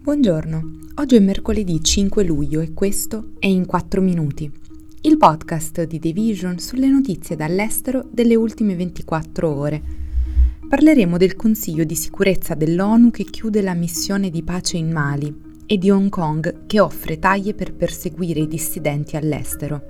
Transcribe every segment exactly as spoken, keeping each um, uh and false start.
Buongiorno, oggi è mercoledì cinque luglio e questo è In quattro minuti, il podcast di The Vision sulle notizie dall'estero delle ultime ventiquattro ore. Parleremo del Consiglio di sicurezza dell'ONU che chiude la missione di pace in Mali e di Hong Kong che offre taglie per perseguire i dissidenti all'estero.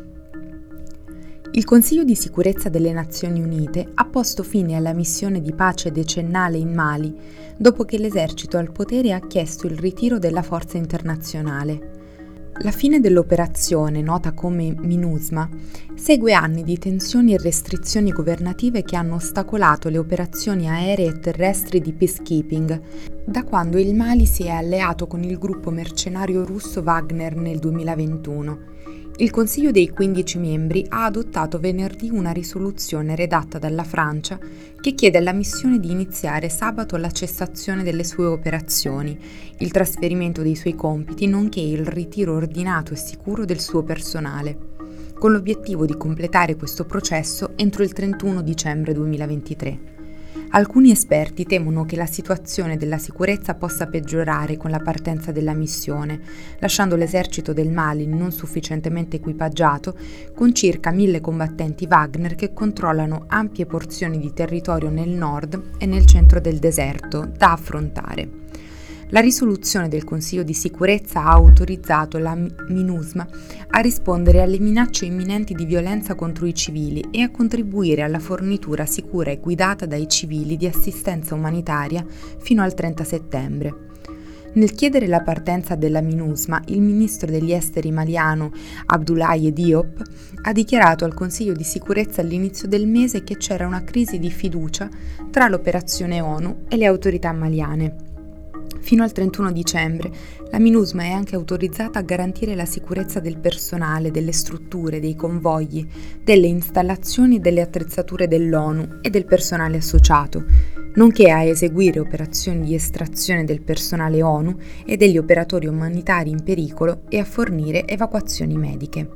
Il Consiglio di sicurezza delle Nazioni Unite ha posto fine alla missione di pace decennale in Mali dopo che l'esercito al potere ha chiesto il ritiro della forza internazionale. La fine dell'operazione, nota come MINUSMA, segue anni di tensioni e restrizioni governative che hanno ostacolato le operazioni aeree e terrestri di peacekeeping, da quando il Mali si è alleato con il gruppo mercenario russo Wagner nel duemilaventuno. Il Consiglio dei quindici membri ha adottato venerdì una risoluzione redatta dalla Francia che chiede alla missione di iniziare sabato la cessazione delle sue operazioni, il trasferimento dei suoi compiti nonché il ritiro ordinato e sicuro del suo personale, con l'obiettivo di completare questo processo entro il trentuno dicembre duemilaventitré. Alcuni esperti temono che la situazione della sicurezza possa peggiorare con la partenza della missione, lasciando l'esercito del Mali non sufficientemente equipaggiato con circa mille combattenti Wagner che controllano ampie porzioni di territorio nel nord e nel centro del deserto da affrontare. La risoluzione del Consiglio di sicurezza ha autorizzato la MINUSMA a rispondere alle minacce imminenti di violenza contro i civili e a contribuire alla fornitura sicura e guidata dai civili di assistenza umanitaria fino al trenta settembre. Nel chiedere la partenza della MINUSMA, il ministro degli esteri maliano Abdoulaye Diop ha dichiarato al Consiglio di sicurezza all'inizio del mese che c'era una crisi di fiducia tra l'operazione ONU e le autorità maliane. Fino al trentuno dicembre, la MINUSMA è anche autorizzata a garantire la sicurezza del personale, delle strutture, dei convogli, delle installazioni e delle attrezzature dell'ONU e del personale associato, nonché a eseguire operazioni di estrazione del personale ONU e degli operatori umanitari in pericolo e a fornire evacuazioni mediche.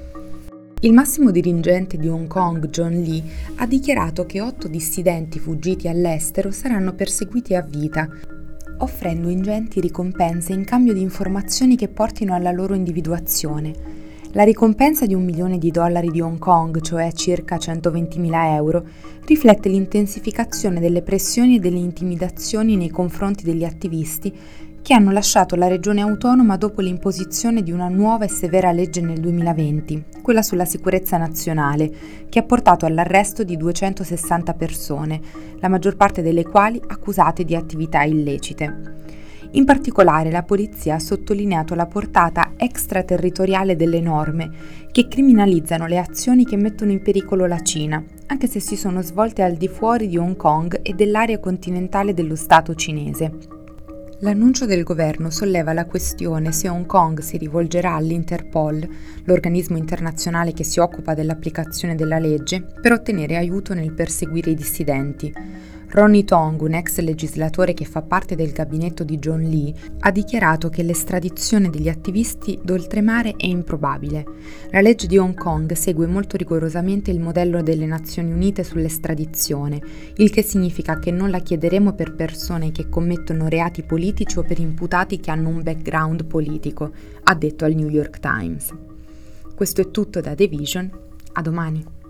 Il massimo dirigente di Hong Kong, John Lee, ha dichiarato che otto dissidenti fuggiti all'estero saranno perseguiti a vita, offrendo ingenti ricompense in cambio di informazioni che portino alla loro individuazione. La ricompensa di un milione di dollari di Hong Kong, cioè circa centoventimila euro, riflette l'intensificazione delle pressioni e delle intimidazioni nei confronti degli attivisti che hanno lasciato la regione autonoma dopo l'imposizione di una nuova e severa legge nel duemilaventi, quella sulla sicurezza nazionale, che ha portato all'arresto di duecentosessanta persone, la maggior parte delle quali accusate di attività illecite. In particolare la polizia ha sottolineato la portata extraterritoriale delle norme, che criminalizzano le azioni che mettono in pericolo la Cina, anche se si sono svolte al di fuori di Hong Kong e dell'area continentale dello Stato cinese. L'annuncio del governo solleva la questione se Hong Kong si rivolgerà all'Interpol, l'organismo internazionale che si occupa dell'applicazione della legge, per ottenere aiuto nel perseguire i dissidenti. Ronnie Tong, un ex legislatore che fa parte del gabinetto di John Lee, ha dichiarato che l'estradizione degli attivisti d'oltremare è improbabile. La legge di Hong Kong segue molto rigorosamente il modello delle Nazioni Unite sull'estradizione, il che significa che non la chiederemo per persone che commettono reati politici o per imputati che hanno un background politico, ha detto al New York Times. Questo è tutto da The Vision, a domani.